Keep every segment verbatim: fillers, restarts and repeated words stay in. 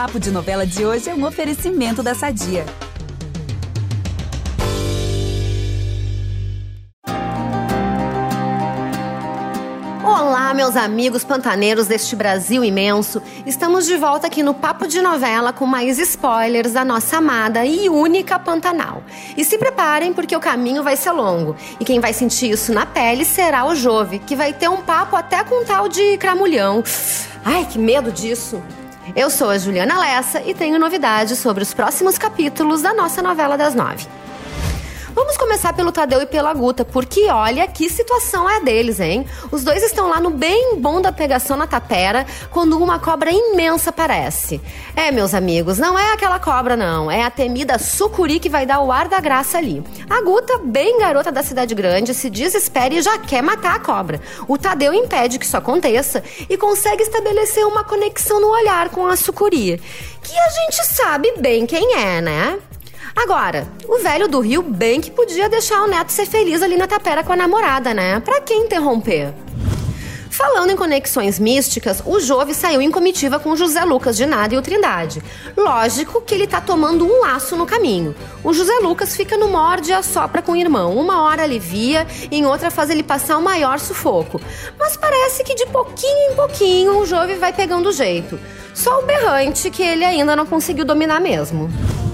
Papo de Novela de hoje é um oferecimento da Sadia. Olá, meus amigos pantaneiros deste Brasil imenso. Estamos de volta aqui no Papo de Novela com mais spoilers da nossa amada e única Pantanal. E se preparem porque o caminho vai ser longo. E quem vai sentir isso na pele será o Jove, que vai ter um papo até com um tal de Cramulhão. Ai, que medo disso! Eu sou a Juliana Lessa e tenho novidades sobre os próximos capítulos da nossa novela das nove. Vamos começar pelo Tadeu e pela Guta, porque olha que situação é a deles, hein? Os dois estão lá no bem bom da pegação na tapera, quando uma cobra imensa aparece. É, meus amigos, não é aquela cobra não, é a temida sucuri que vai dar o ar da graça ali. A Guta, bem garota da cidade grande, se desespera e já quer matar a cobra. O Tadeu impede que isso aconteça e consegue estabelecer uma conexão no olhar com a sucuri, que a gente sabe bem quem é, né? Agora, o velho do Rio bem que podia deixar o neto ser feliz ali na tapera com a namorada, né? Pra que interromper? Falando em conexões místicas, o Jove saiu em comitiva com o José Lucas de Nada e o Trindade. Lógico que ele tá tomando um laço no caminho. O José Lucas fica no morde e assopra com o irmão. Uma hora alivia, em outra faz ele passar o maior sufoco. Mas parece que de pouquinho em pouquinho o Jove vai pegando o jeito. Só o berrante que ele ainda não conseguiu dominar mesmo.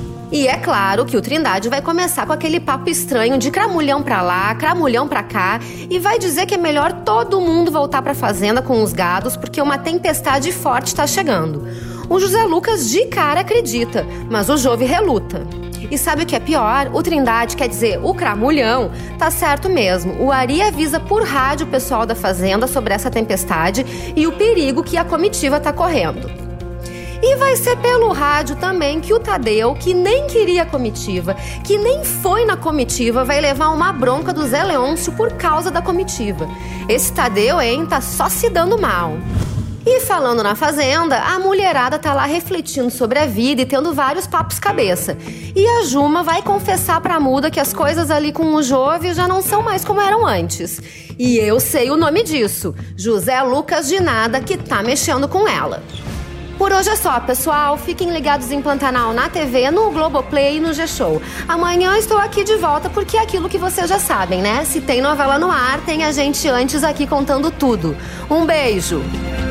E é claro que o Trindade vai começar com aquele papo estranho de cramulhão pra lá, cramulhão pra cá, e vai dizer que é melhor todo mundo voltar pra fazenda com os gados porque uma tempestade forte tá chegando. O José Lucas de cara acredita, mas o Jove reluta. E sabe o que é pior? O Trindade, quer dizer, o cramulhão, tá certo mesmo. O Ari avisa por rádio o pessoal da fazenda sobre essa tempestade e o perigo que a comitiva tá correndo. E vai ser pelo rádio também que o Tadeu, que nem queria a comitiva, que nem foi na comitiva, vai levar uma bronca do Zé Leôncio por causa da comitiva. Esse Tadeu, hein, tá só se dando mal. E falando na fazenda, a mulherada tá lá refletindo sobre a vida e tendo vários papos cabeça. E a Juma vai confessar pra Muda que as coisas ali com o Jove já não são mais como eram antes. E eu sei o nome disso, José Lucas de Nada, que tá mexendo com ela. Por hoje é só, pessoal. Fiquem ligados em Pantanal na T V, no Globoplay e no G-Show. Amanhã estou aqui de volta porque é aquilo que vocês já sabem, né? Se tem novela no ar, tem a gente antes aqui contando tudo. Um beijo!